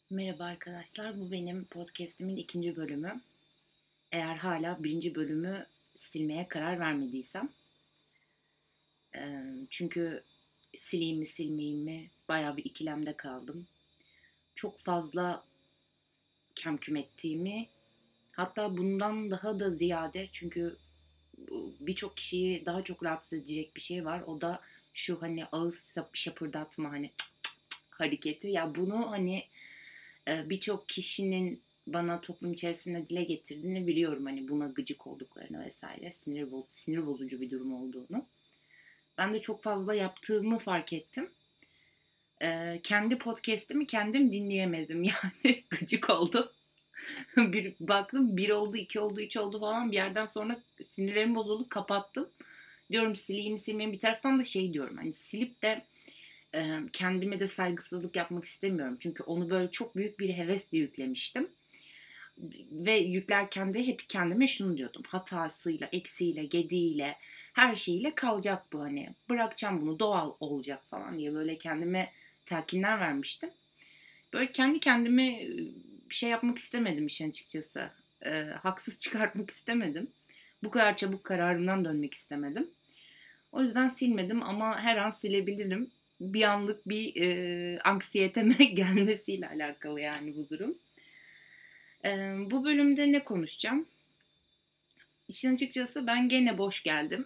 Merhaba arkadaşlar, bu benim podcast'imin ikinci bölümü. Eğer hala birinci bölümü silmeye karar vermediysem. Çünkü sileyim mi silmeyeyim mi bayağı bir ikilemde kaldım. Çok fazla kemküm ettiğimi, hatta bundan daha da ziyade çünkü birçok kişiyi daha çok rahatsız edecek bir şey var. O da şu hani ağız şapırdatma hani hareketi. Ya bunu hani birçok kişinin bana toplum içerisinde dile getirdiğini biliyorum. Hani buna gıcık olduklarını vesaire, sinir bozucu bir durum olduğunu. Ben de çok fazla yaptığımı fark ettim. Kendi podcast'imi kendim dinleyemedim yani gıcık oldum. Bir baktım bir oldu, iki oldu, üç oldu falan bir yerden sonra sinirlerim bozuldu kapattım. Diyorum sileyim silmeyeyim bir taraftan da şey diyorum hani silip de kendime de saygısızlık yapmak istemiyorum. Çünkü onu böyle çok büyük bir hevesle yüklemiştim. Ve yüklerken de hep kendime şunu diyordum. Hatasıyla, eksiğiyle, gediğiyle, her şeyiyle kalacak bu hani. Bırakacağım bunu doğal olacak falan diye böyle kendime telkinler vermiştim. Böyle kendi kendime bir şey yapmak istemedim işin açıkçası. Haksız çıkartmak istemedim. Bu kadar çabuk kararımdan dönmek istemedim. O yüzden silmedim ama her an silebilirim. Bir anlık bir anksiyeteme gelmesiyle alakalı yani bu durum. Bu bölümde ne konuşacağım? İşin açıkçası ben gene boş geldim.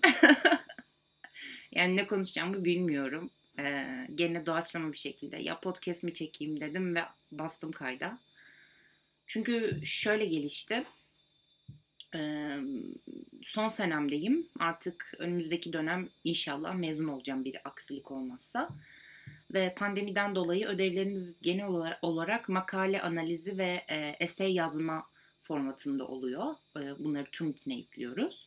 Yani ne konuşacağımı bilmiyorum. Gene doğaçlama bir şekilde ya podcast mi çekeyim dedim ve bastım kayda. Çünkü şöyle gelişti. Ee, Son senemdeyim. Artık önümüzdeki dönem inşallah mezun olacağım bir aksilik olmazsa. Ve pandemiden dolayı ödevlerimiz genel olarak makale analizi ve essay yazma formatında oluyor. Bunları Turnitin'e yüklüyoruz.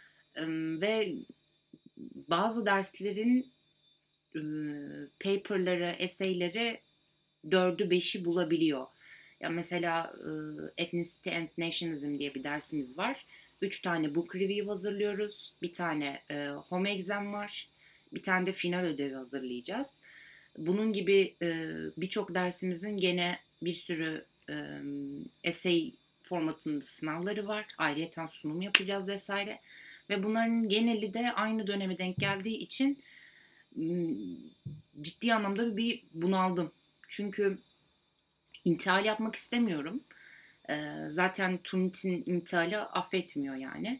Ve bazı derslerin e, paperları, essayleri dördü beşi bulabiliyor. Ya mesela Ethnicity and Nationalism diye bir dersimiz var. 3 tane book review hazırlıyoruz. Bir tane home exam var. Bir tane de final ödevi hazırlayacağız. Bunun gibi birçok dersimizin gene bir sürü essay formatında sınavları var. Ayrıyeten sunum yapacağız vesaire. Ve bunların geneli de aynı döneme denk geldiği için ciddi anlamda bir bunaldım. Çünkü intihal yapmak istemiyorum. Zaten Tunit'in intihali affetmiyor yani.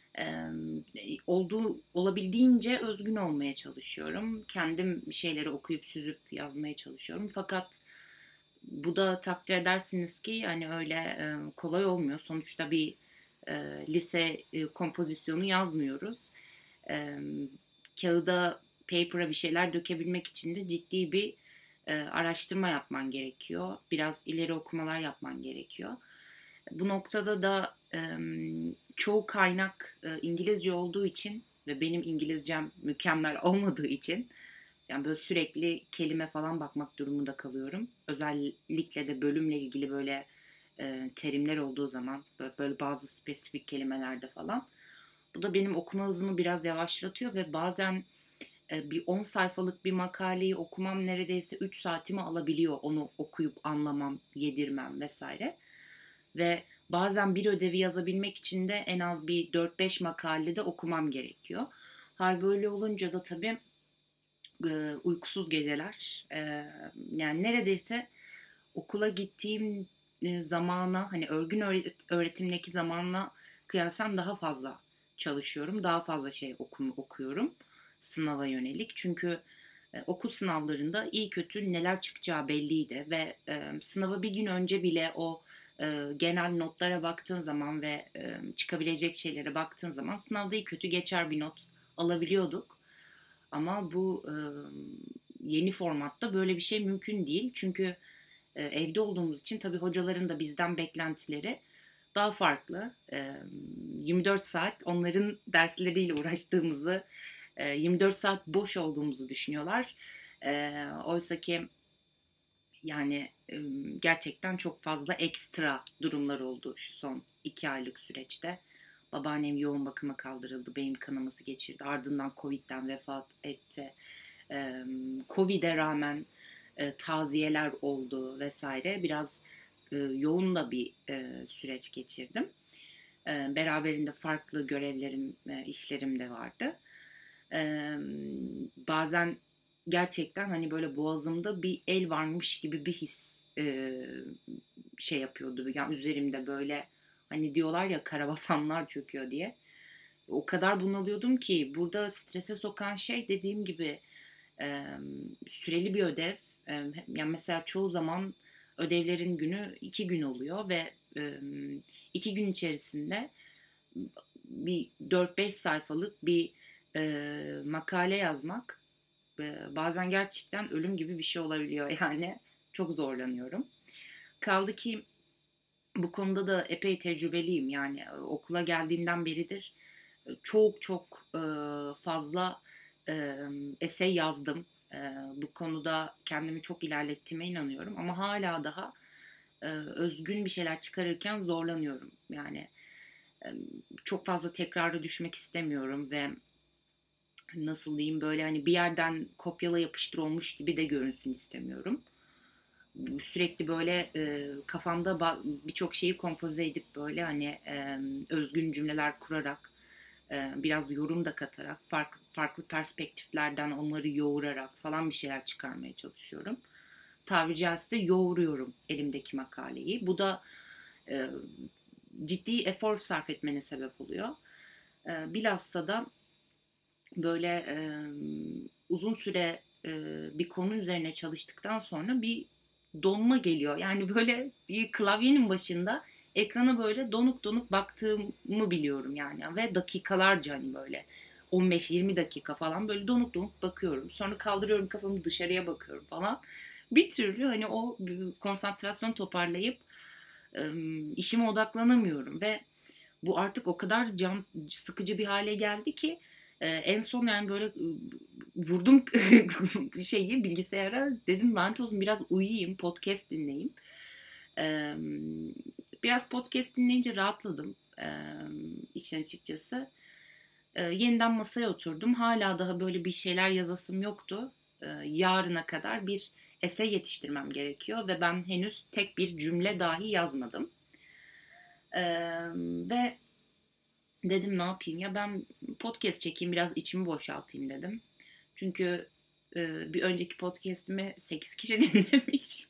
Olabildiğince özgün olmaya çalışıyorum. Kendim bir şeyleri okuyup süzüp yazmaya çalışıyorum. Fakat bu da takdir edersiniz ki hani öyle kolay olmuyor. Sonuçta bir e, lise kompozisyonu yazmıyoruz. E, Kağıda, paper'a bir şeyler dökebilmek için de ciddi bir araştırma yapman gerekiyor. Biraz ileri okumalar yapman gerekiyor. Bu noktada da çoğu kaynak İngilizce olduğu için ve benim İngilizcem mükemmel olmadığı için yani böyle sürekli kelime falan bakmak durumunda kalıyorum. Özellikle de bölümle ilgili böyle terimler olduğu zaman böyle bazı spesifik kelimelerde falan. Bu da benim okuma hızımı biraz yavaşlatıyor ve bazen bir 10 sayfalık bir makaleyi okumam neredeyse 3 saatimi alabiliyor. Onu okuyup anlamam, yedirmem vesaire. Ve bazen bir ödevi yazabilmek için de en az bir 4-5 makale de okumam gerekiyor. Hal böyle olunca da tabii uykusuz geceler. Yani neredeyse okula gittiğim zamana hani örgün öğretimdeki zamanla kıyasen daha fazla çalışıyorum. Daha fazla şey okuyorum sınava yönelik. Çünkü okul sınavlarında iyi kötü neler çıkacağı belliydi ve sınava bir gün önce bile o genel notlara baktığın zaman ve çıkabilecek şeylere baktığın zaman sınavda iyi kötü geçer bir not alabiliyorduk. Ama bu yeni formatta böyle bir şey mümkün değil. Çünkü evde olduğumuz için tabii hocaların da bizden beklentileri daha farklı. 24 saat onların dersleriyle uğraştığımızı, 24 saat boş olduğumuzu düşünüyorlar. Oysa ki yani gerçekten çok fazla ekstra durumlar oldu şu son 2 aylık süreçte. Babaannem yoğun bakıma kaldırıldı, beyin kanaması geçirdi. Ardından Covid'den vefat etti. Covid'e rağmen taziyeler oldu vesaire. Biraz yoğun da bir süreç geçirdim. Beraberinde farklı görevlerim, işlerim de vardı. Bazen gerçekten hani böyle boğazımda bir el varmış gibi bir his şey yapıyordu. Yani üzerimde böyle hani diyorlar ya karabasanlar çöküyor diye. O kadar bunalıyordum ki burada strese sokan şey dediğim gibi süreli bir ödev. Yani mesela çoğu zaman ödevlerin günü 2 gün oluyor ve 2 gün içerisinde bir 4-5 sayfalık bir makale yazmak bazen gerçekten ölüm gibi bir şey olabiliyor yani. Çok zorlanıyorum. Kaldı ki bu konuda da epey tecrübeliyim yani okula geldiğimden beridir çok çok fazla essay yazdım. Bu konuda kendimi çok ilerlettiğime inanıyorum ama hala daha özgün bir şeyler çıkarırken zorlanıyorum. Yani çok fazla tekrara düşmek istemiyorum ve nasıl diyeyim böyle hani bir yerden kopyala yapıştır olmuş gibi de görünsün istemiyorum. Sürekli böyle kafamda birçok şeyi kompoze edip böyle hani özgün cümleler kurarak biraz yorum da katarak farklı perspektiflerden onları yoğurarak falan bir şeyler çıkarmaya çalışıyorum. Tabiri caizse yoğuruyorum elimdeki makaleyi. Bu da e, ciddi efor sarf etmene sebep oluyor. Bilhassa da böyle uzun süre bir konu üzerine çalıştıktan sonra bir donma geliyor. Yani böyle bir klavyenin başında ekrana böyle donuk donuk baktığımı biliyorum yani ve dakikalarca hani böyle 15-20 dakika falan böyle donuk donuk bakıyorum. Sonra kaldırıyorum kafamı dışarıya bakıyorum falan. Bir türlü hani o konsantrasyon toparlayıp işime odaklanamıyorum ve bu artık o kadar can sıkıcı bir hale geldi ki en son yani böyle vurdum şeyi bilgisayara dedim lanet olsun biraz uyuyayım podcast dinleyeyim. E, Biraz podcast dinleyince rahatladım işin açıkçası. Yeniden masaya oturdum. Hala daha böyle bir şeyler yazasım yoktu. Yarına kadar bir essay yetiştirmem gerekiyor ve ben henüz tek bir cümle dahi yazmadım. Ve dedim ne yapayım ya ben podcast çekeyim biraz içimi boşaltayım dedim. Çünkü bir önceki podcast'imi 8 kişi dinlemiş.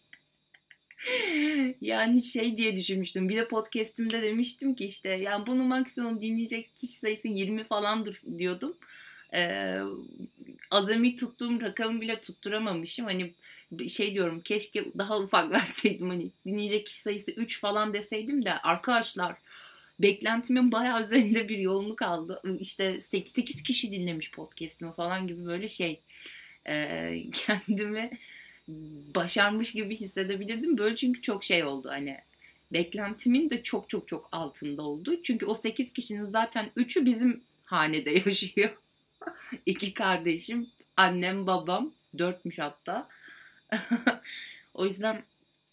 Yani şey diye düşünmüştüm. Bir de podcast'imde demiştim ki işte yani bunu maksimum dinleyecek kişi sayısı 20 falandır diyordum. Ee, Azami tuttuğum rakamı bile tutturamamışım. Hani şey diyorum keşke daha ufak verseydim hani dinleyecek kişi sayısı 3 falan deseydim de arkadaşlar beklentimin bayağı üzerinde bir yoğunluk aldı. İşte 8 kişi dinlemiş podcast'imi falan gibi böyle şey kendimi başarmış gibi hissedebilirdim. Böyle çünkü çok şey oldu hani beklentimin de çok çok çok altında oldu. Çünkü o 8 kişinin zaten 3'ü bizim hanede yaşıyor. 2 kardeşim, annem, babam, 4'müş hatta. O yüzden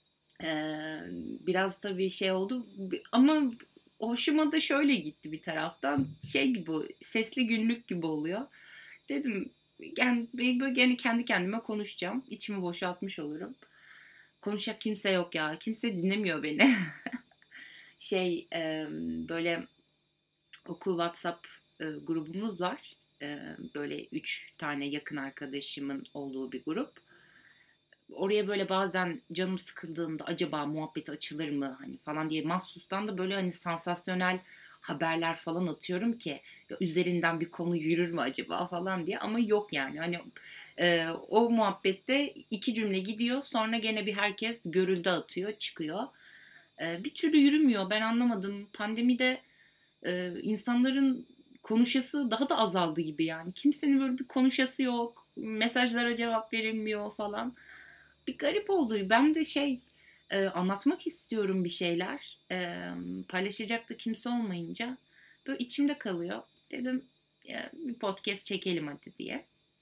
biraz tabii şey oldu ama hoşuma da şöyle gitti bir taraftan şey gibi sesli günlük gibi oluyor. Dedim yani böyle gene kendi kendime konuşacağım. İçimi boşaltmış olurum. Konuşacak kimse yok ya. Kimse dinlemiyor beni. Şey böyle okul WhatsApp grubumuz var. Böyle 3 tane yakın arkadaşımın olduğu bir grup. Oraya böyle bazen canım sıkıldığında acaba muhabbet açılır mı hani falan diye mahsustan da böyle hani sansasyonel haberler falan atıyorum ki ya üzerinden bir konu yürür mü acaba falan diye ama yok yani hani o muhabbette 2 cümle gidiyor sonra gene bir herkes görüldü atıyor çıkıyor. Bir türlü yürümüyor ben anlamadım pandemide insanların konuşası daha da azaldı gibi yani kimsenin böyle bir konuşası yok mesajlara cevap verilmiyor falan bir garip oldu. Ben de şey anlatmak istiyorum bir şeyler. Paylaşacak da kimse olmayınca böyle içimde kalıyor. Dedim ya, bir podcast çekelim hadi diye.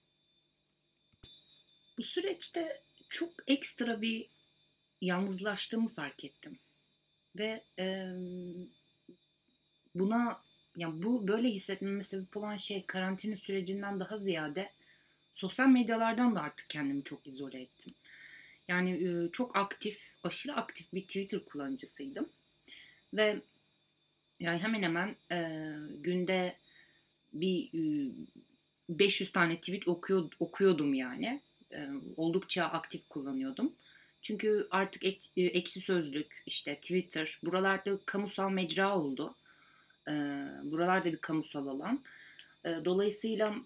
Bu süreçte çok ekstra bir yalnızlaştığımı fark ettim. Ve buna yani bu böyle hissetmeme sebep olan şey karantina sürecinden daha ziyade sosyal medyalardan da artık kendimi çok izole ettim. Yani çok aktif, aşırı aktif bir Twitter kullanıcısıydım. Ve yani hemen hemen günde bir 500 tane tweet okuyordum yani. Oldukça aktif kullanıyordum. Çünkü artık Ekşi Sözlük, işte Twitter, buralarda kamusal mecra oldu. Buralarda bir kamusal alan. Dolayısıyla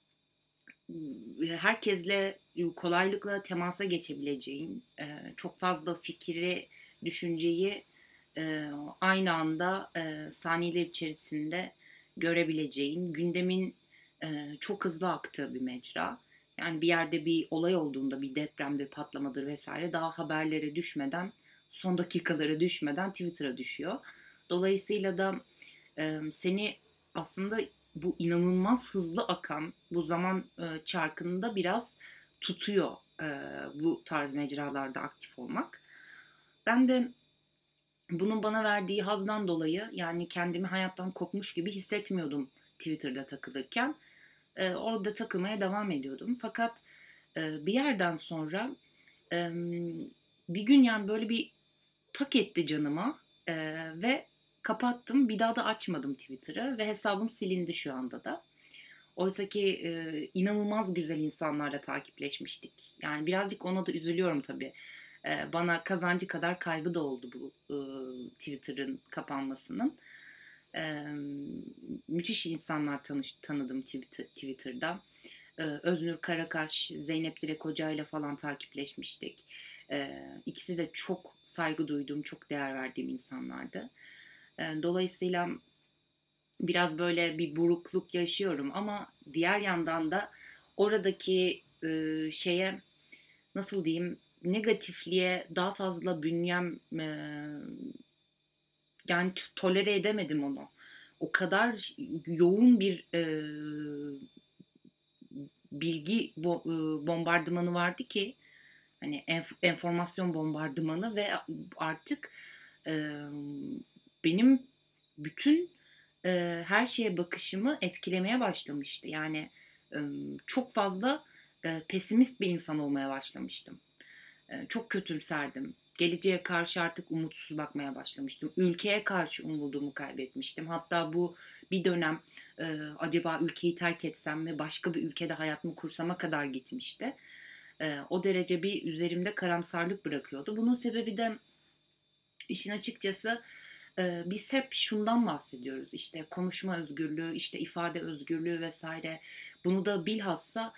herkesle kolaylıkla temasa geçebileceğin, çok fazla fikri, düşünceyi aynı anda saniyeler içerisinde görebileceğin, gündemin çok hızlı aktığı bir mecra. Yani bir yerde bir olay olduğunda, bir depremdir, patlamadır vesaire, daha haberlere düşmeden, son dakikalara düşmeden Twitter'a düşüyor. Dolayısıyla da seni aslında bu inanılmaz hızlı akan bu zaman çarkında biraz tutuyor bu tarz mecralarda aktif olmak. Ben de bunun bana verdiği hazdan dolayı, yani kendimi hayattan kopmuş gibi hissetmiyordum Twitter'da takılırken. Orada takılmaya devam ediyordum. Fakat bir yerden sonra e, bir gün yani böyle bir tak etti canıma ve kapattım. Bir daha da açmadım Twitter'ı ve hesabım silindi şu anda da. Oysa ki inanılmaz güzel insanlarla takipleşmiştik. Yani birazcık ona da üzülüyorum tabii. Bana kazancı kadar kaybı da oldu bu Twitter'ın kapanmasının. E, Müthiş insanlar tanıdım Twitter'da. Öznur Karakaş, Zeynep Direk Hoca ile falan takipleşmiştik. İkisi de çok saygı duyduğum, çok değer verdiğim insanlardı. Dolayısıyla biraz böyle bir burukluk yaşıyorum ama diğer yandan da oradaki şeye, nasıl diyeyim, negatifliğe daha fazla bünyem yani tolere edemedim onu. O kadar yoğun bir bilgi bombardımanı vardı ki, hani enformasyon bombardımanı ve artık e, benim bütün her şeye bakışımı etkilemeye başlamıştı. Yani e, çok fazla pesimist bir insan olmaya başlamıştım. Çok kötümserdim. Geleceğe karşı artık umutsuz bakmaya başlamıştım. Ülkeye karşı umudumu kaybetmiştim. Hatta bu bir dönem acaba ülkeyi terk etsem mi, başka bir ülkede hayatımı kursama kadar gitmişti. O derece bir üzerimde karamsarlık bırakıyordu. Bunun sebebi de işin açıkçası biz hep şundan bahsediyoruz, işte konuşma özgürlüğü, işte ifade özgürlüğü vesaire. Bunu da bilhassa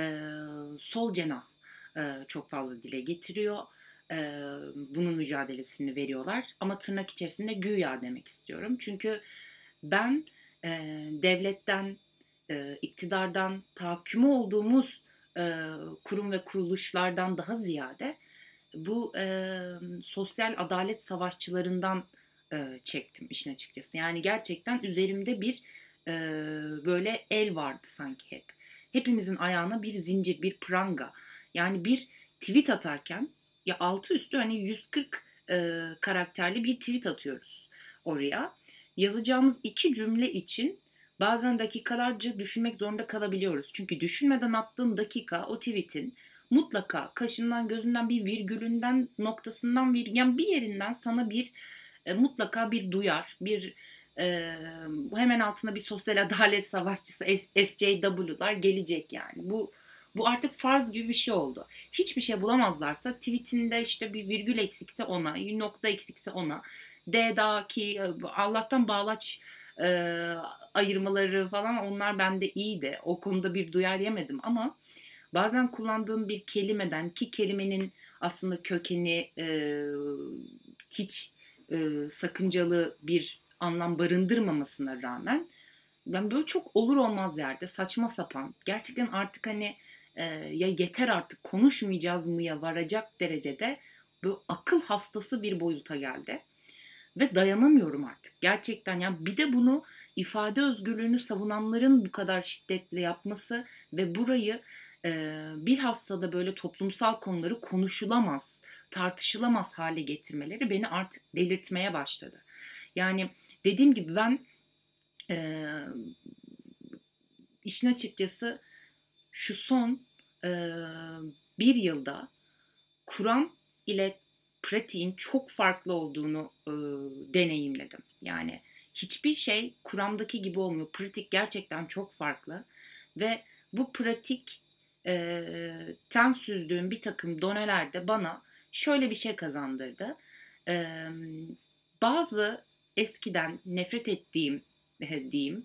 sol cenah çok fazla dile getiriyor. E, Bunun mücadelesini veriyorlar ama tırnak içerisinde güya demek istiyorum. Çünkü ben devletten, iktidardan, tahakkümü olduğumuz kurum ve kuruluşlardan daha ziyade bu sosyal adalet savaşçılarından çektim işin açıkçası. Yani gerçekten üzerimde bir e, böyle el vardı sanki hep. Hepimizin ayağına bir zincir, bir pranga. Yani bir tweet atarken ya altı üstü hani 140 karakterli bir tweet atıyoruz oraya. Yazacağımız iki cümle için bazen dakikalarca düşünmek zorunda kalabiliyoruz. Çünkü düşünmeden attığın dakika o tweetin mutlaka kaşından, gözünden, bir virgülünden, noktasından, yani bir yerinden sana bir mutlaka bir duyar, bir hemen altında bir sosyal adalet savaşçısı SJW'lar gelecek yani. Bu artık farz gibi bir şey oldu. Hiçbir şey bulamazlarsa tweetinde işte bir virgül eksikse ona, bir nokta eksikse ona, D'daki Allah'tan bağlaç e, ayırmaları falan, onlar bende iyiydi. O konuda bir duyar yemedim ama bazen kullandığım bir kelimeden, ki kelimenin aslında kökeni hiç sakıncalı bir anlam barındırmamasına rağmen, ben böyle çok olur olmaz yerde saçma sapan, gerçekten artık hani ya yeter artık konuşmayacağız mıya varacak derecede böyle akıl hastası bir boyuta geldi. Ve dayanamıyorum artık. Gerçekten yani, bir de bunu ifade özgürlüğünü savunanların bu kadar şiddetle yapması ve burayı bilhassa da böyle toplumsal konuları konuşulamaz, tartışılamaz hale getirmeleri beni artık delirtmeye başladı. Yani dediğim gibi ben e, işin açıkçası şu son e, bir yılda kuram ile pratiğin çok farklı olduğunu deneyimledim. Yani hiçbir şey kuramdaki gibi olmuyor. Pratik gerçekten çok farklı ve bu pratik ten süzdüğüm bir takım doneler de bana şöyle bir şey kazandırdı. E, Bazı eskiden nefret ettiğim diyeyim.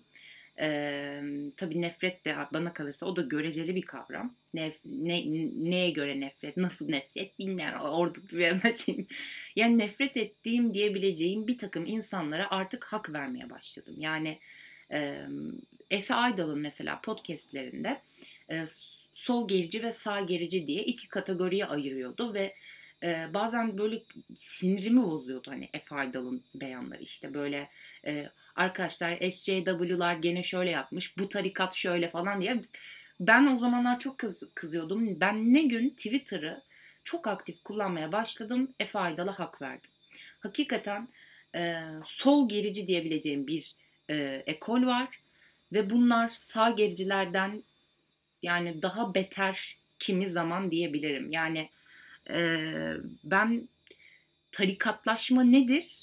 Tabii nefret de bana kalırsa o da göreceli bir kavram. Neye göre nefret, nasıl nefret bilmiyorum. Orada duyamacağım. Yani nefret ettiğim diyebileceğim bir takım insanlara artık hak vermeye başladım. Yani e, Efe Aydal'ın mesela podcastlerinde e, sol gerici ve sağ gerici diye iki kategoriye ayırıyordu ve bazen böyle sinirimi bozuyordu hani Efe Aydal'ın beyanları işte böyle arkadaşlar SJW'lar gene şöyle yapmış bu tarikat şöyle falan diye. Ben o zamanlar çok kızıyordum. Ben ne gün Twitter'ı çok aktif kullanmaya başladım. Efe Aydal'a hak verdim. Hakikaten sol gerici diyebileceğim bir ekol var. Ve bunlar sağ gericilerden yani daha beter kimi zaman diyebilirim. Yani ben tarikatlaşma nedir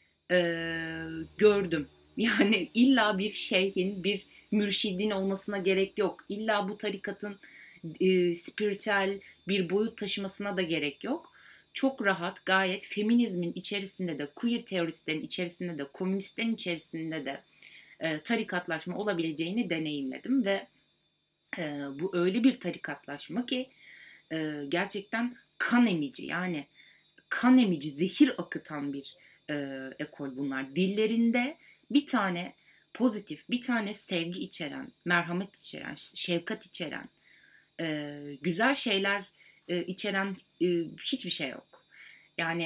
gördüm. Yani illa bir şeyhin, bir mürşidin olmasına gerek yok. İlla bu tarikatın spiritüel bir boyut taşımasına da gerek yok. Çok rahat, gayet feminizmin içerisinde de, queer teoristlerin içerisinde de, komünistlerin içerisinde de tarikatlaşma olabileceğini deneyimledim ve bu öyle bir tarikatlaşma ki gerçekten kan emici yani kan emici, zehir akıtan bir ekol bunlar. Dillerinde bir tane pozitif, bir tane sevgi içeren, merhamet içeren, şefkat içeren, güzel şeyler içeren hiçbir şey yok. Yani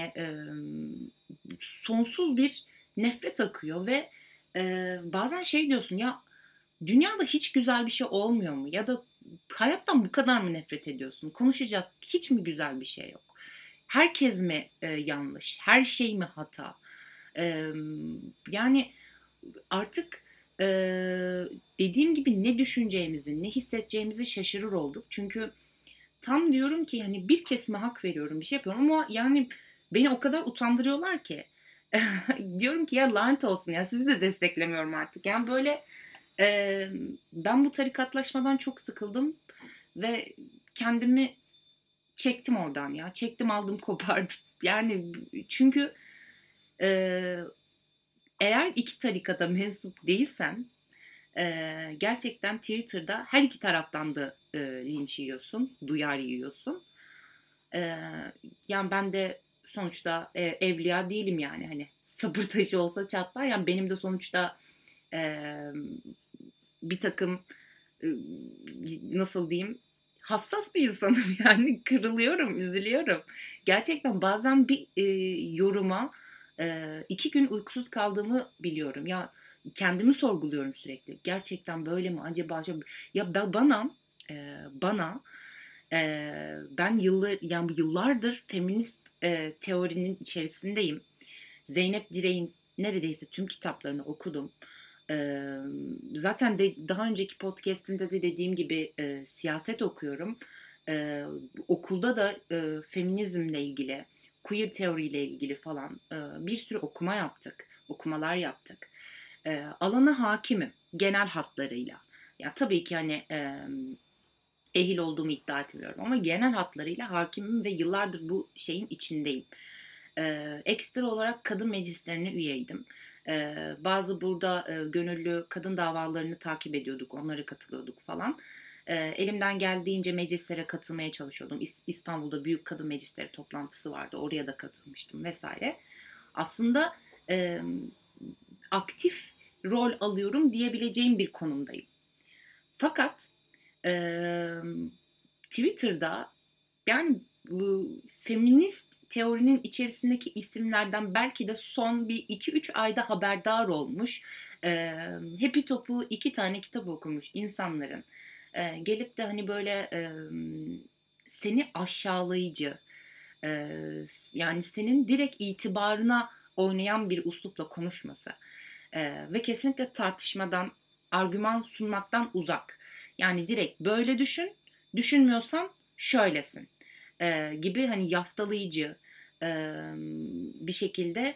sonsuz bir nefret akıyor ve bazen şey diyorsun ya dünyada hiç güzel bir şey olmuyor mu? Ya da hayattan bu kadar mı nefret ediyorsun? Konuşacak hiç mi güzel bir şey yok? Herkes mi yanlış? Her şey mi hata? E, Yani artık e, dediğim gibi ne düşüneceğimizi, ne hissedeceğimizi şaşırır olduk. Çünkü tam diyorum ki hani bir kesime hak veriyorum, bir şey yapıyorum ama yani beni o kadar utandırıyorlar ki. Diyorum ki ya lanet olsun ya sizi de desteklemiyorum artık. Yani böyle e, ben bu tarikatlaşmadan çok sıkıldım ve kendimi çektim oradan ya. Çektim aldım kopardım. Yani çünkü e, eğer iki tarikata mensup değilsen gerçekten Twitter'da her iki taraftan da linç yiyorsun, duyar yiyorsun. E, Yani ben de sonuçta evliya değilim yani hani sabır taşı olsa çatlar. Yani benim de sonuçta e, bir takım e, nasıl diyeyim hassas bir insanım yani kırılıyorum, üzülüyorum. Gerçekten bazen bir yoruma 2 gün uykusuz kaldığımı biliyorum. Ya kendimi sorguluyorum sürekli. Gerçekten böyle mi? Acaba ya bana ben yani yıllardır feminist teorinin içerisindeyim. Zeynep Direğin neredeyse tüm kitaplarını okudum. Ee, Zaten daha önceki podcast'imde de dediğim gibi siyaset okuyorum. Okulda da feminizmle ilgili, queer teoriyle ilgili falan bir sürü okumalar yaptık. Alana hakimim genel hatlarıyla. Ya tabii ki hani ehil olduğumu iddia etmiyorum ama genel hatlarıyla hakimim ve yıllardır bu şeyin içindeyim. Ekstra olarak kadın meclislerine üyeydim. Bazı burada gönüllü kadın davalarını takip ediyorduk, onlara katılıyorduk falan. Elimden geldiğince meclislere katılmaya çalışıyordum. İstanbul'da büyük kadın meclisleri toplantısı vardı, oraya da katılmıştım vesaire. Aslında e, aktif rol alıyorum diyebileceğim bir konumdayım. Fakat e, Twitter'da yani bu feminist teorinin içerisindeki isimlerden belki de son bir 2-3 ayda haberdar olmuş. Happy Top'u 2 tane kitap okumuş insanların. Gelip de hani böyle seni aşağılayıcı e, yani senin direkt itibarına oynayan bir üslupla konuşması. Ve kesinlikle tartışmadan, argüman sunmaktan uzak. Yani direkt böyle düşün, düşünmüyorsan şöylesin. gibi hani yaftalayıcı bir şekilde,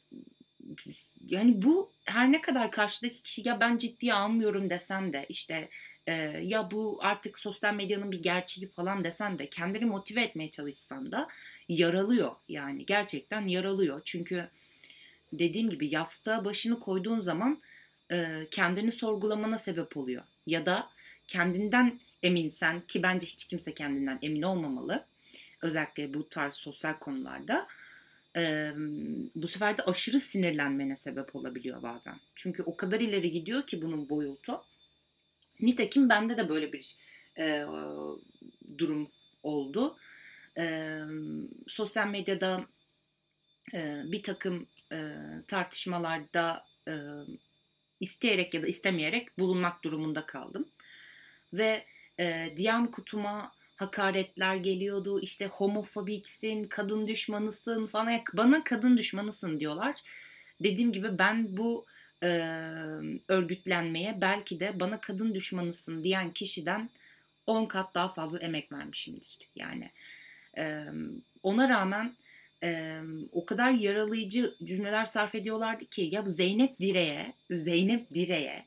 yani bu her ne kadar karşıdaki kişi ya ben ciddiye almıyorum desen de işte ya bu artık sosyal medyanın bir gerçeği falan desen de kendini motive etmeye çalışsan da yaralıyor, yani gerçekten yaralıyor. Çünkü dediğim gibi yastığa başını koyduğun zaman kendini sorgulamana sebep oluyor. Ya da kendinden eminsen, ki bence hiç kimse kendinden emin olmamalı. Özellikle bu tarz sosyal konularda. Bu sefer de aşırı sinirlenmene sebep olabiliyor bazen. Çünkü o kadar ileri gidiyor ki bunun boyutu. Nitekim bende de böyle bir e, durum oldu. Sosyal medyada bir takım tartışmalarda isteyerek ya da istemeyerek bulunmak durumunda kaldım. Ve DM kutuma hakaretler geliyordu. İşte homofobiksin, kadın düşmanısın falan. Bana kadın düşmanısın diyorlar. Dediğim gibi ben bu e, örgütlenmeye belki de bana kadın düşmanısın diyen kişiden 10 kat daha fazla emek vermişimdir. Yani e, ona rağmen o kadar yaralayıcı cümleler sarf ediyorlardı ki ya Zeynep Dire'ye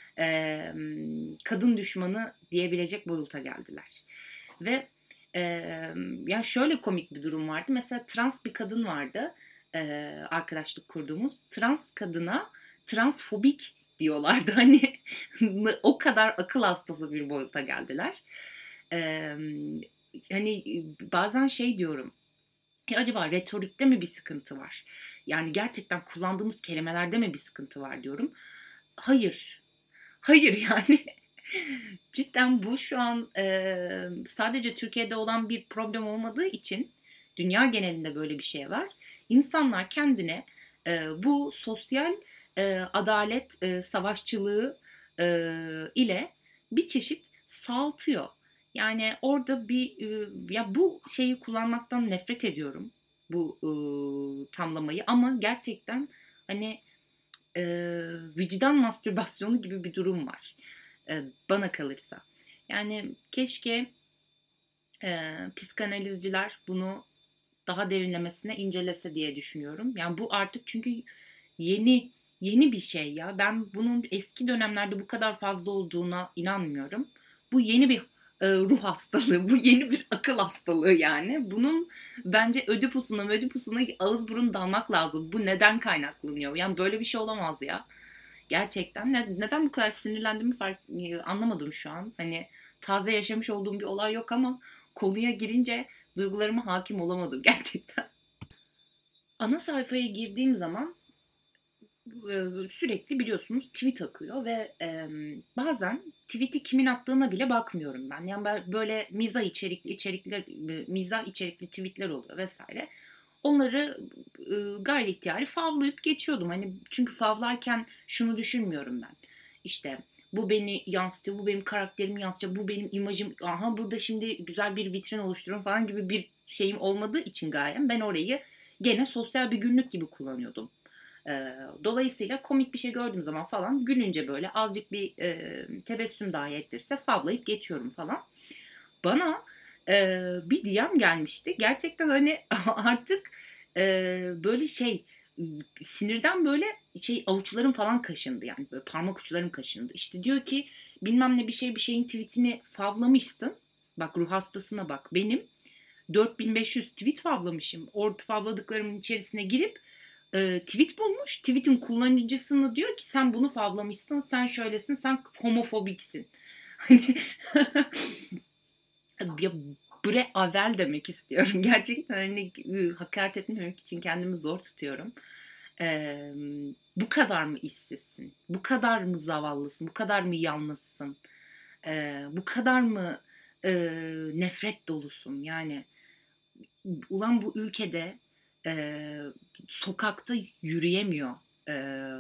kadın düşmanı diyebilecek boyuta geldiler. Ve e, ya şöyle komik bir durum vardı. Mesela trans bir kadın vardı, arkadaşlık kurduğumuz. Trans kadına transfobik diyorlardı. Hani o kadar akıl hastası bir boyuta geldiler. E, Hani bazen şey diyorum. Ya acaba retorikte mi bir sıkıntı var? Yani gerçekten kullandığımız kelimelerde mi bir sıkıntı var diyorum. Hayır. Hayır yani. Cidden bu şu an sadece Türkiye'de olan bir problem olmadığı için dünya genelinde böyle bir şey var. İnsanlar kendine bu sosyal adalet savaşçılığı ile bir çeşit saltıyor. Yani orada bir ya bu şeyi kullanmaktan nefret ediyorum, bu tamlamayı, ama gerçekten hani e, vicdan mastürbasyonu gibi bir durum var bana kalırsa. Yani keşke psikanalizciler bunu daha derinlemesine incelese diye düşünüyorum. Yani bu artık çünkü yeni bir şey ya. Ben bunun eski dönemlerde bu kadar fazla olduğuna inanmıyorum. Bu yeni bir ruh hastalığı, bu yeni bir akıl hastalığı yani. Bunun bence ödipusuna ağız burun dalmak lazım. Bu neden kaynaklanıyor? Yani böyle bir şey olamaz ya. Gerçekten neden bu kadar sinirlendiğimi anlamadım şu an. Hani taze yaşamış olduğum bir olay yok ama konuya girince duygularıma hakim olamadım gerçekten. Ana sayfaya girdiğim zaman sürekli biliyorsunuz tweet akıyor ve bazen tweet'i kimin attığına bile bakmıyorum ben. Yani ben böyle mizah içerikli tweetler oluyor vesaire. Onları gayri ihtiyari favlayıp geçiyordum. Hani çünkü favlarken şunu düşünmüyorum ben. İşte bu beni yansıtıyor, bu benim karakterimi yansıtıyor, bu benim imajım. Aha burada şimdi güzel bir vitrin oluşturuyorum falan gibi bir şeyim olmadığı için gayem ben orayı gene sosyal bir günlük gibi kullanıyordum. Dolayısıyla komik bir şey gördüğüm zaman falan gülünce böyle azıcık bir tebessüm dahi ettirse favlayıp geçiyorum falan. Bana bir DM gelmişti. Gerçekten hani artık böyle şey, sinirden böyle şey avuçlarım falan kaşındı, yani böyle parmak uçlarım kaşındı. İşte diyor ki bilmem ne bir şeyin tweetini favlamışsın. Bak ruh hastasına bak. Benim 4500 tweet favlamışım. Orada favladıklarımın içerisine girip tweet bulmuş. Tweet'in kullanıcısını diyor ki sen bunu favlamışsın, sen şöylesin, sen homofobiksin. Hani ya bre avel demek istiyorum. Gerçekten hani hakaret etmemek için kendimi zor tutuyorum. Ee, Bu kadar mı işsizsin? Bu kadar mı zavallısın? Bu kadar mı yalnızsın? Bu kadar mı e, nefret dolusun? Yani ulan bu ülkede e, sokakta yürüyemiyor e,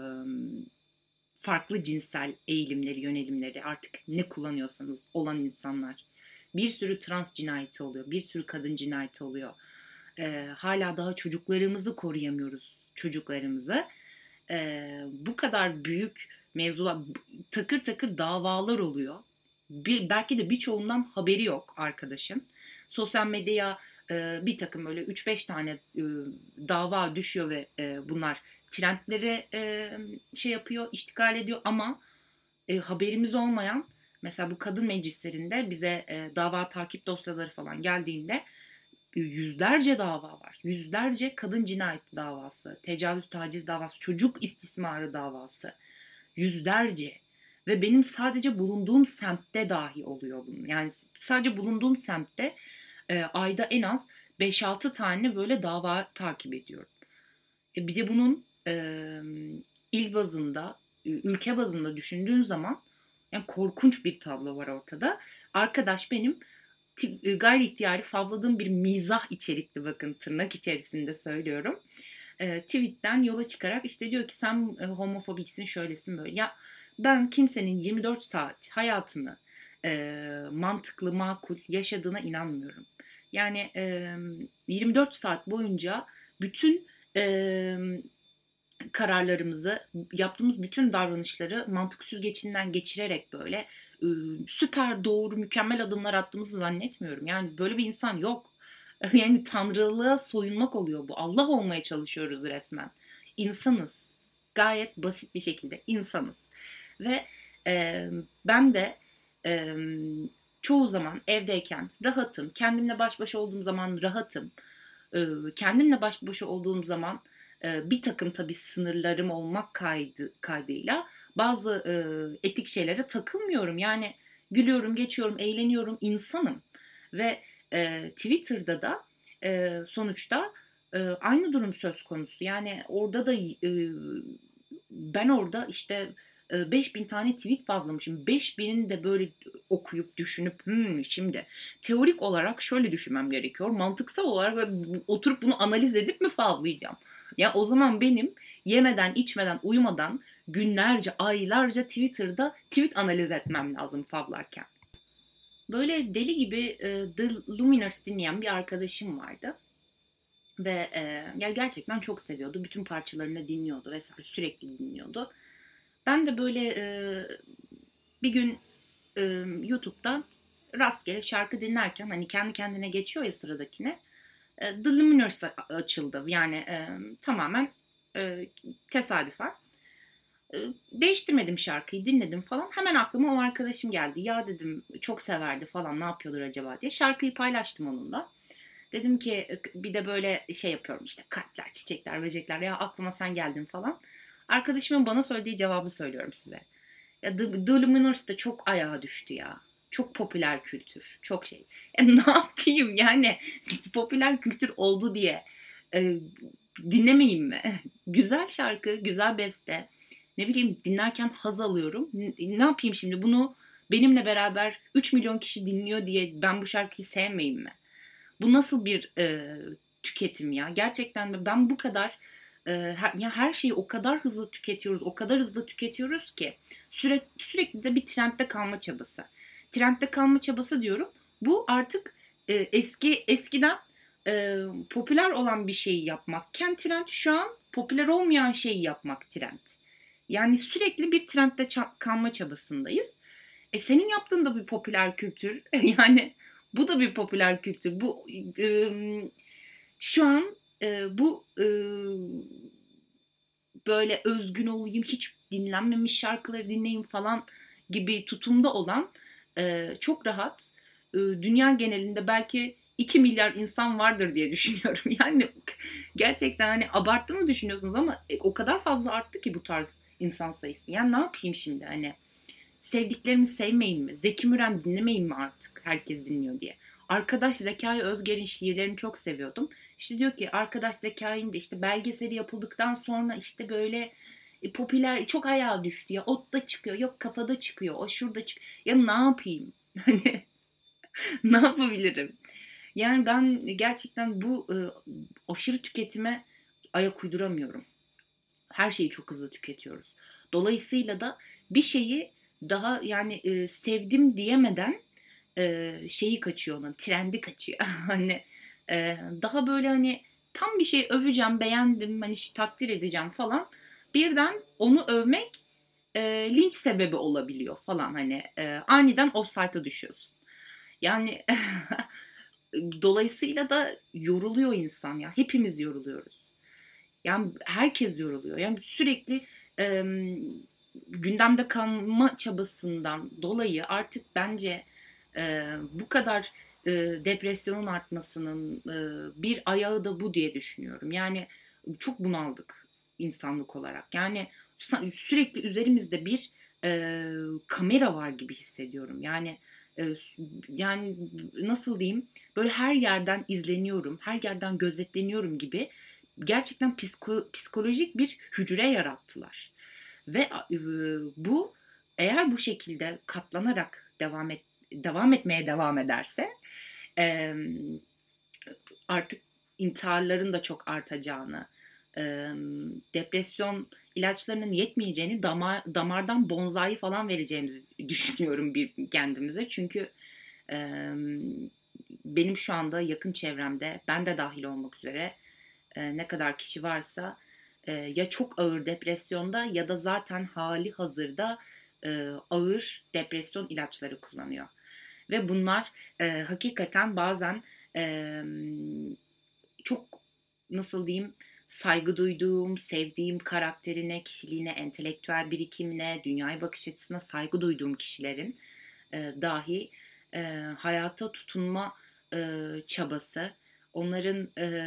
farklı cinsel eğilimleri, yönelimleri, artık ne kullanıyorsanız olan insanlar. Bir sürü trans cinayeti oluyor, bir sürü kadın cinayeti oluyor. Hala daha çocuklarımızı koruyamıyoruz, çocuklarımızı. Bu kadar büyük mevzular, takır takır davalar oluyor. Belki de birçoğundan haberi yok arkadaşın. Sosyal medyaya bir takım böyle 3-5 tane dava düşüyor ve bunlar trendlere şey yapıyor, iştikal ediyor ama haberimiz olmayan, mesela bu kadın meclislerinde bize dava takip dosyaları falan geldiğinde yüzlerce dava var. Yüzlerce kadın cinayeti davası, tecavüz, taciz davası, çocuk istismarı davası. Yüzlerce. Ve benim sadece bulunduğum semtte dahi oluyor bunun. Yani sadece bulunduğum semtte ayda en az 5-6 tane böyle dava takip ediyorum. Bir de bunun il bazında, ülke bazında düşündüğün zaman yani korkunç bir tablo var ortada. Arkadaş benim gayri ihtiyari favladığım bir mizah içerikli, bakın tırnak içerisinde söylüyorum. Tweet'ten yola çıkarak işte diyor ki sen homofobiksin, şöylesin, böyle. Ya ben kimsenin 24 saat hayatını mantıklı, makul yaşadığına inanmıyorum. Yani 24 saat boyunca bütün kararlarımızı, yaptığımız bütün davranışları mantık süzgecinden geçirerek böyle süper doğru, mükemmel adımlar attığımızı zannetmiyorum. Yani böyle bir insan yok. Yani tanrılığa soyunmak oluyor bu. Allah olmaya çalışıyoruz resmen. İnsanız. Gayet basit bir şekilde insanız. Ve ben de e, çoğu zaman evdeyken rahatım. Kendimle baş başa olduğum zaman rahatım. Kendimle baş başa olduğum zaman bir takım tabii sınırlarım olmak kaydıyla bazı etik şeylere takılmıyorum. Yani gülüyorum, geçiyorum, eğleniyorum, insanım. Ve Twitter'da da sonuçta aynı durum söz konusu. Yani orada da ben orada işte 5000 tane tweet favlamışım. 5000'ini de böyle okuyup düşünüp şimdi teorik olarak şöyle düşünmem gerekiyor. Mantıksal olarak oturup bunu analiz edip mi favlayacağım? Ya o zaman benim yemeden, içmeden, uyumadan günlerce, aylarca Twitter'da tweet analiz etmem lazım favlarken. Böyle deli gibi The Lumineers dinleyen bir arkadaşım vardı. Ve ya gerçekten çok seviyordu. Bütün parçalarını dinliyordu vesaire, sürekli dinliyordu. Ben de böyle bir gün YouTube'da rastgele şarkı dinlerken hani kendi kendine geçiyor ya sıradakine. The Lumineers açıldı. Yani tamamen tesadüfen. Değiştirmedim şarkıyı, dinledim falan. Hemen aklıma o arkadaşım geldi. Ya dedim çok severdi falan, ne yapıyordur acaba diye. Şarkıyı paylaştım onunla. Dedim ki bir de böyle şey yapıyorum işte, kalpler, çiçekler, böcekler, ya aklıma sen geldin falan. Arkadaşımın bana söylediği cevabı söylüyorum size. Ya The Lumineers de çok ayağa düştü ya. Çok popüler kültür. Çok şey. Ne yapayım yani? Popüler kültür oldu diye dinlemeyeyim mi? Güzel şarkı, güzel beste. Ne bileyim, dinlerken haz alıyorum. Ne yapayım şimdi? Bunu benimle beraber 3 milyon kişi dinliyor diye ben bu şarkıyı sevmeyeyim mi? Bu nasıl bir tüketim ya? Gerçekten ben bu kadar her şeyi o kadar hızlı tüketiyoruz, o kadar hızlı tüketiyoruz ki sürekli de bir trendde kalma çabası. Trendde kalma çabası diyorum. Bu artık eskiden popüler olan bir şeyi yapmakken trend, şu an popüler olmayan şeyi yapmak trend. Yani sürekli bir trendde kalma çabasındayız. Senin yaptığın da bir popüler kültür. Yani bu da bir popüler kültür. Bu şu an bu böyle özgün olayım, hiç dinlenmemiş şarkıları dinleyeyim falan gibi tutumda olan çok rahat dünya genelinde belki 2 milyar insan vardır diye düşünüyorum. Yani gerçekten hani abarttı mı düşünüyorsunuz ama o kadar fazla arttı ki bu tarz insan sayısı. Yani ne yapayım şimdi, hani sevdiklerimi sevmeyeyim mi? Zeki Müren dinlemeyeyim mi artık? Herkes dinliyor diye. Arkadaş Zekai Özger'in şiirlerini çok seviyordum. İşte diyor ki Arkadaş Zekai'nin de işte belgeseli yapıldıktan sonra işte böyle popüler, çok ayağa düştü ya. Otta çıkıyor, yok kafada çıkıyor, o şurada çıkıyor. Ya ne yapayım? Hani ne yapabilirim? Yani ben gerçekten bu aşırı tüketime ayak uyduramıyorum. Her şeyi çok hızlı tüketiyoruz. Dolayısıyla da bir şeyi daha yani sevdim diyemeden şeyi kaçıyor, onun trendi kaçıyor. Hani daha böyle hani tam bir şey öveceğim, beğendim, hani takdir edeceğim falan. Birden onu övmek linç sebebi olabiliyor falan, hani aniden offside'a düşüyorsun. Yani Dolayısıyla da yoruluyor insan ya. Hepimiz yoruluyoruz. Yani herkes yoruluyor. Yani sürekli e, gündemde kalma çabasından dolayı artık bence bu kadar depresyonun artmasının bir ayağı da bu diye düşünüyorum. Yani çok bunaldık insanlık olarak. Yani sürekli üzerimizde bir kamera var gibi hissediyorum. E, yani nasıl diyeyim? Böyle her yerden izleniyorum, her yerden gözetleniyorum gibi gerçekten psikolojik bir hücre yarattılar. Ve bu eğer bu şekilde katlanarak devam etmeye devam ederse e, artık intiharların da çok artacağını, e, depresyon ilaçlarının yetmeyeceğini, damardan bonzai falan vereceğimizi düşünüyorum kendimize. Çünkü e, benim şu anda yakın çevremde, ben de dahil olmak üzere ne kadar kişi varsa ya çok ağır depresyonda ya da zaten hali hazırda ağır depresyon ilaçları kullanıyor. Ve bunlar hakikaten bazen e, çok nasıl diyeyim saygı duyduğum, sevdiğim karakterine, kişiliğine, entelektüel birikimine, dünyaya bakış açısına saygı duyduğum kişilerin dahi hayata tutunma çabası, onların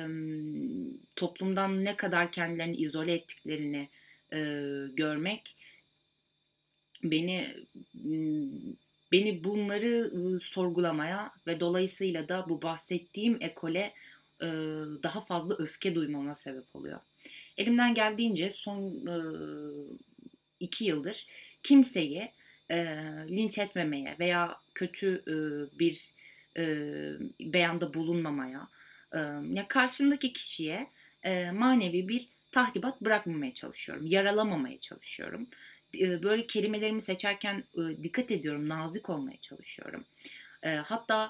toplumdan ne kadar kendilerini izole ettiklerini görmek beni beni bunları sorgulamaya ve dolayısıyla da bu bahsettiğim ekole daha fazla öfke duymama sebep oluyor. Elimden geldiğince son 2 yıldır kimseyi linç etmemeye veya kötü bir beyanda bulunmamaya, ya karşımdaki kişiye manevi bir tahribat bırakmamaya çalışıyorum, yaralamamaya çalışıyorum. Böyle kelimelerimi seçerken dikkat ediyorum, nazik olmaya çalışıyorum. Hatta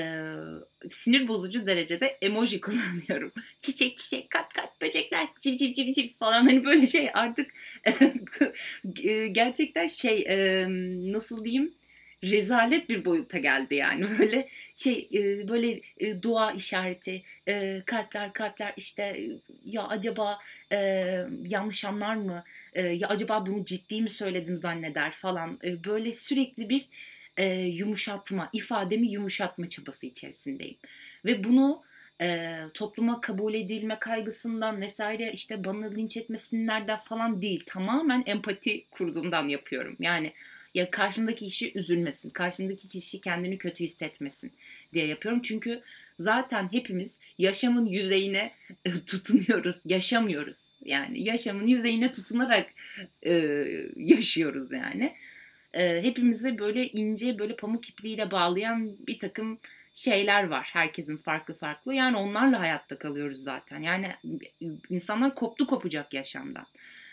sinir bozucu derecede emoji kullanıyorum. Çiçek çiçek, kalp kalp, böcekler, civ civ civ civ falan, hani böyle şey artık gerçekten şey nasıl diyeyim, rezalet bir boyuta geldi yani. Böyle şey böyle dua işareti, kalpler kalpler işte, ya acaba e, yanlış anlar mı, ya acaba bunu ciddi mi söyledim zanneder falan, böyle sürekli bir yumuşatma, ifademi yumuşatma çabası içerisindeyim. Ve bunu topluma kabul edilme kaygısından vesaire, işte bana linç etmesinlerden falan değil. Tamamen empati kurduğumdan yapıyorum. Yani ya karşımdaki kişi üzülmesin, karşımdaki kişi kendini kötü hissetmesin diye yapıyorum. Çünkü zaten hepimiz yaşamın yüzeyine tutunuyoruz, yaşamıyoruz. Yani yaşamın yüzeyine tutunarak e, yaşıyoruz yani. Hepimize böyle ince, böyle pamuk ipliğiyle bağlayan bir takım şeyler var. Herkesin farklı farklı. Yani onlarla hayatta kalıyoruz zaten. Yani insanlar koptu kopacak yaşamdan.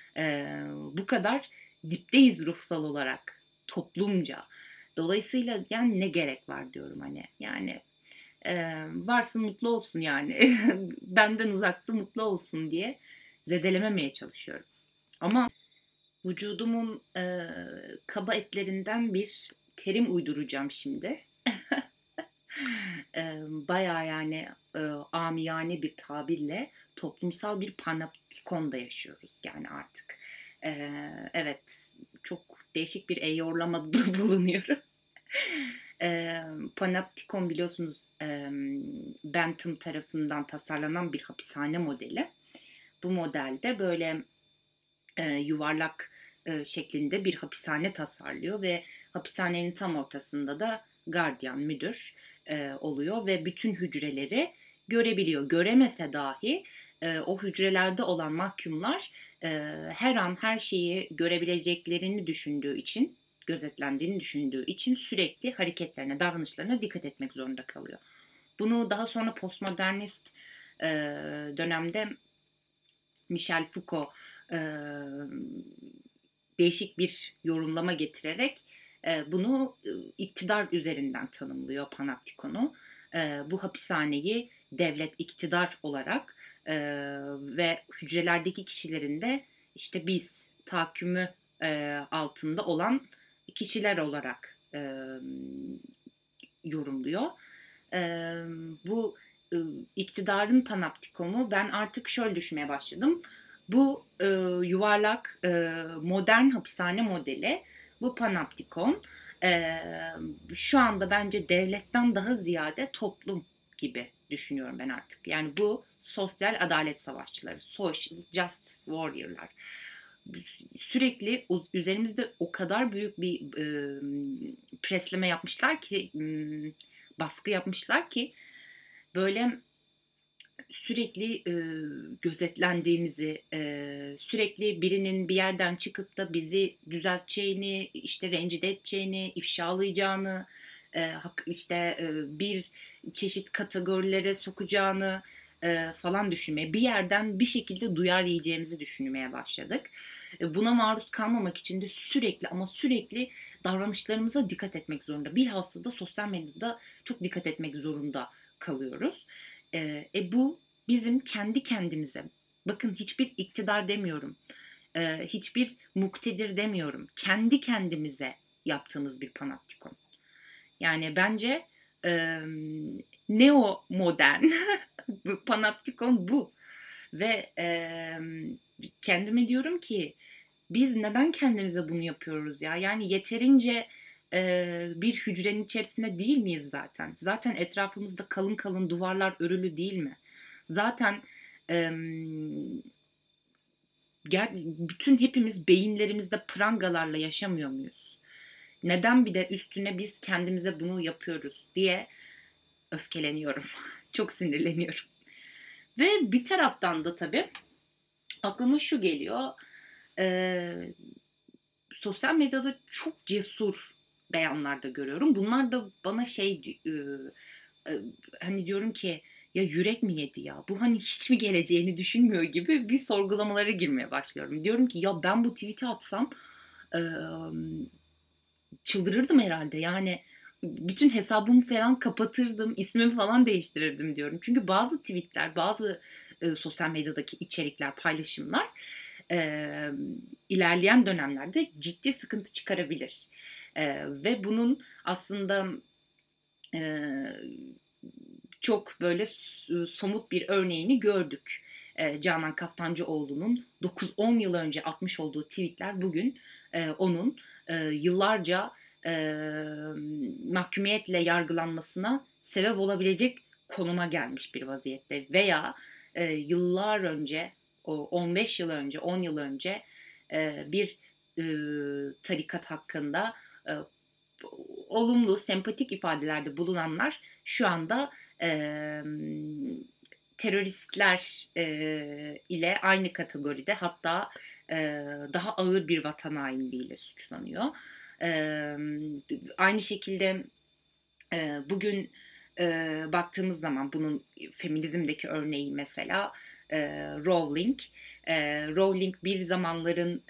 Bu kadar dipteyiz ruhsal olarak, toplumca. Dolayısıyla yani ne gerek var diyorum hani. Yani varsın mutlu olsun yani. Benden uzakta mutlu olsun diye zedelememeye çalışıyorum. Ama vücudumun kaba etlerinden bir terim uyduracağım şimdi. Bayağı yani amiyane bir tabirle toplumsal bir panoptikonda yaşıyoruz yani artık. Evet, çok değişik bir eyorlamada bulunuyorum. Panoptikon biliyorsunuz Bentham tarafından tasarlanan bir hapishane modeli. Bu modelde böyle yuvarlak şeklinde bir hapishane tasarlıyor ve hapishanenin tam ortasında da gardiyan, müdür oluyor ve bütün hücreleri görebiliyor. Göremese dahi o hücrelerde olan mahkumlar her an her şeyi görebileceklerini düşündüğü için, gözetlendiğini düşündüğü için sürekli hareketlerine, davranışlarına dikkat etmek zorunda kalıyor. Bunu daha sonra postmodernist dönemde Michel Foucault e, değişik bir yorumlama getirerek bunu iktidar üzerinden tanımlıyor panoptikonu. Bu hapishaneyi devlet, iktidar olarak ve hücrelerdeki kişilerin de işte biz tahakkümü altında olan kişiler olarak yorumluyor. Bu iktidarın panoptikomu ben artık şöyle düşünmeye başladım. Bu yuvarlak modern hapishane modeli, bu panoptikon şu anda bence devletten daha ziyade toplum gibi düşünüyorum ben artık. Yani bu sosyal adalet savaşçıları, social justice warrior'lar. Sürekli üzerimizde o kadar büyük bir presleme yapmışlar ki, baskı yapmışlar ki böyle sürekli gözetlendiğimizi, sürekli birinin bir yerden çıkıp da bizi düzelteceğini, işte rencide edeceğini, ifşalayacağını, işte bir çeşit kategorilere sokacağını falan düşünmeye, bir yerden bir şekilde duyar yiyeceğimizi düşünmeye başladık. Buna maruz kalmamak için de sürekli ama sürekli davranışlarımıza dikkat etmek zorunda. Bilhassa da sosyal medyada çok dikkat etmek zorunda kalıyoruz. Bu bizim kendi kendimize, bakın hiçbir iktidar demiyorum, hiçbir muktedir demiyorum, kendi kendimize yaptığımız bir panoptikon. Yani bence neo modern panoptikon bu. Ve kendime diyorum ki biz neden kendimize bunu yapıyoruz ya? Yani yeterince bir hücrenin içerisinde değil miyiz zaten? Zaten etrafımızda kalın kalın duvarlar örülü değil mi? Zaten e, bütün hepimiz beyinlerimizde prangalarla yaşamıyor muyuz? Neden bir de üstüne biz kendimize bunu yapıyoruz diye öfkeleniyorum. Çok sinirleniyorum. Ve bir taraftan da tabii aklıma şu geliyor. Ee, Sosyal medyada çok cesur beyanlar da görüyorum. Bunlar da bana hani diyorum ki ya yürek mi yedi ya? Bu hani hiç mi geleceğini düşünmüyor gibi bir sorgulamalara girmeye başlıyorum. Diyorum ki ya ben bu tweet'i atsam e, çıldırırdım herhalde. Yani bütün hesabımı falan kapatırdım, ismimi falan değiştirirdim diyorum. Çünkü bazı tweetler, bazı sosyal medyadaki içerikler, paylaşımlar e, ilerleyen dönemlerde ciddi sıkıntı çıkarabilir. Ve bunun aslında e, çok böyle somut bir örneğini gördük. Canan Kaftancıoğlu'nun 9-10 yıl önce atmış olduğu tweetler bugün onun yıllarca mahkumiyetle yargılanmasına sebep olabilecek konuma gelmiş bir vaziyette. Veya yıllar önce, 15 yıl önce, 10 yıl önce bir tarikat hakkında olumlu, sempatik ifadelerde bulunanlar şu anda e, teröristler ile aynı kategoride, hatta daha ağır bir vatan hainliğiyle suçlanıyor. E, Aynı şekilde bugün baktığımız zaman bunun feminizmdeki örneği mesela Rowling. Rowling bir zamanların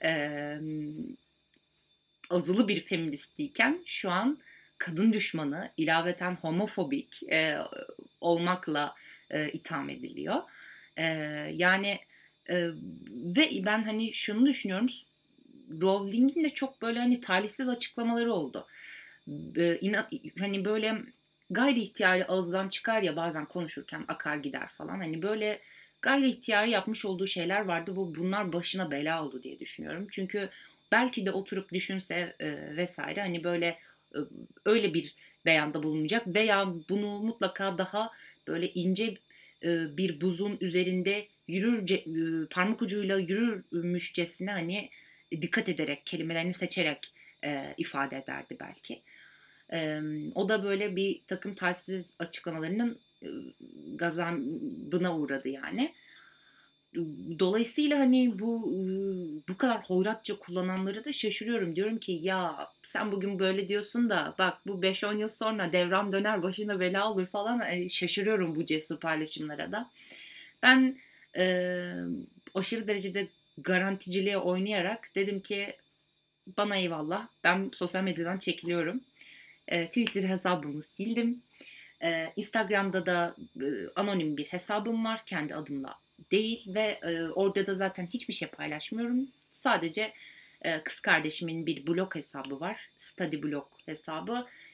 azılı bir feministiyken şu an kadın düşmanı, ilaveten homofobik olmakla itham ediliyor. E, Yani ve ben hani şunu düşünüyorum, Rowling'in de çok böyle hani talihsiz açıklamaları oldu. Hani böyle gayri ihtiyari ağızdan çıkar ya, bazen konuşurken akar gider falan. Hani böyle gayri ihtiyari yapmış olduğu şeyler vardı ve bunlar başına bela oldu diye düşünüyorum. Çünkü belki de oturup düşünse vesaire hani böyle e, öyle bir beyanda bulunacak veya bunu mutlaka daha böyle ince bir buzun üzerinde parmak ucuyla yürürmüşçesine hani dikkat ederek, kelimelerini seçerek ifade ederdi belki. O da böyle bir takım talihsiz açıklamalarının gazabına uğradı yani. Dolayısıyla hani bu kadar hoyratça kullananları da şaşırıyorum. Diyorum ki ya sen bugün böyle diyorsun da bak bu 5-10 yıl sonra devran döner başına bela olur falan. Şaşırıyorum bu cesur paylaşımlara da. Ben e, aşırı derecede garanticiliğe oynayarak dedim ki bana eyvallah, ben sosyal medyadan çekiliyorum. Twitter hesabımı sildim. Instagram'da da anonim bir hesabım var kendi adımla değil ve orada da zaten hiçbir şey paylaşmıyorum. Sadece kız kardeşimin bir blog hesabı var. Study blog hesabı.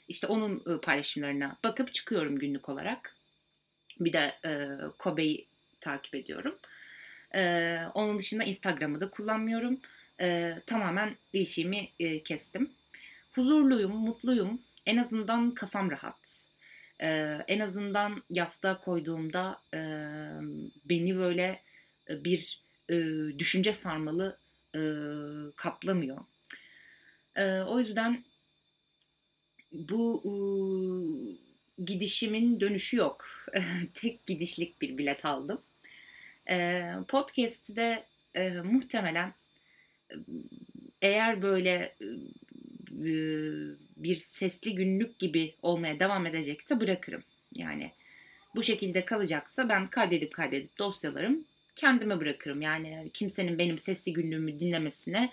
İşte onun paylaşımlarına bakıp çıkıyorum günlük olarak. Bir de Kobe'yi takip ediyorum. Onun dışında Instagram'ı da kullanmıyorum. Tamamen ilişkimi kestim. Huzurluyum, mutluyum. En azından kafam rahat. En azından yastığa koyduğumda beni böyle bir düşünce sarmalı kaplamıyor. O yüzden bu gidişimin dönüşü yok. Tek gidişlik bir bilet aldım. Podcast'ı da muhtemelen eğer böyle bir sesli günlük gibi olmaya devam edecekse bırakırım. Yani bu şekilde kalacaksa ben kaydedip dosyalarım kendime bırakırım. Yani kimsenin benim sesli günlüğümü dinlemesine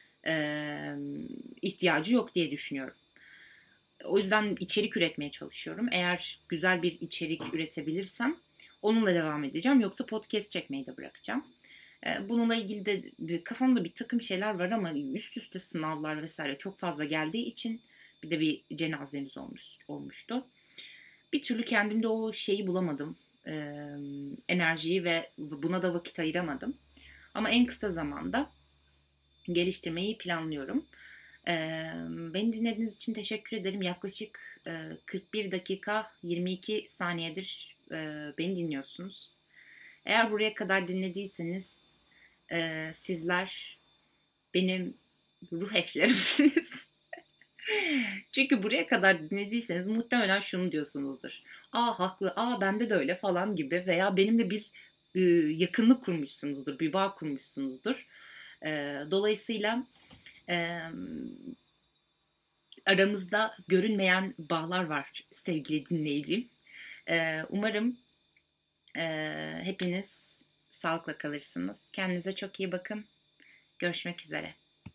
ihtiyacı yok diye düşünüyorum. O yüzden içerik üretmeye çalışıyorum. Eğer güzel bir içerik üretebilirsem onunla devam edeceğim. Yoksa podcast çekmeyi de bırakacağım. Bununla ilgili de kafamda bir takım şeyler var ama üst üste sınavlar vesaire çok fazla geldiği için bir de bir cenazemiz olmuştu. Bir türlü kendimde o şeyi bulamadım. Enerjiyi ve buna da vakit ayıramadım. Ama en kısa zamanda geliştirmeyi planlıyorum. Beni dinlediğiniz için teşekkür ederim. Yaklaşık 41 dakika 22 saniyedir beni dinliyorsunuz. Eğer buraya kadar dinlediyseniz sizler benim ruh eşlerimsiniz. Çünkü buraya kadar dinlediyseniz muhtemelen şunu diyorsunuzdur. Aa haklı, aa bende de öyle falan gibi veya benimle bir yakınlık kurmuşsunuzdur, bir bağ kurmuşsunuzdur. Dolayısıyla aramızda görünmeyen bağlar var sevgili dinleyicim. Umarım hepiniz sağlıkla kalırsınız. Kendinize çok iyi bakın. Görüşmek üzere.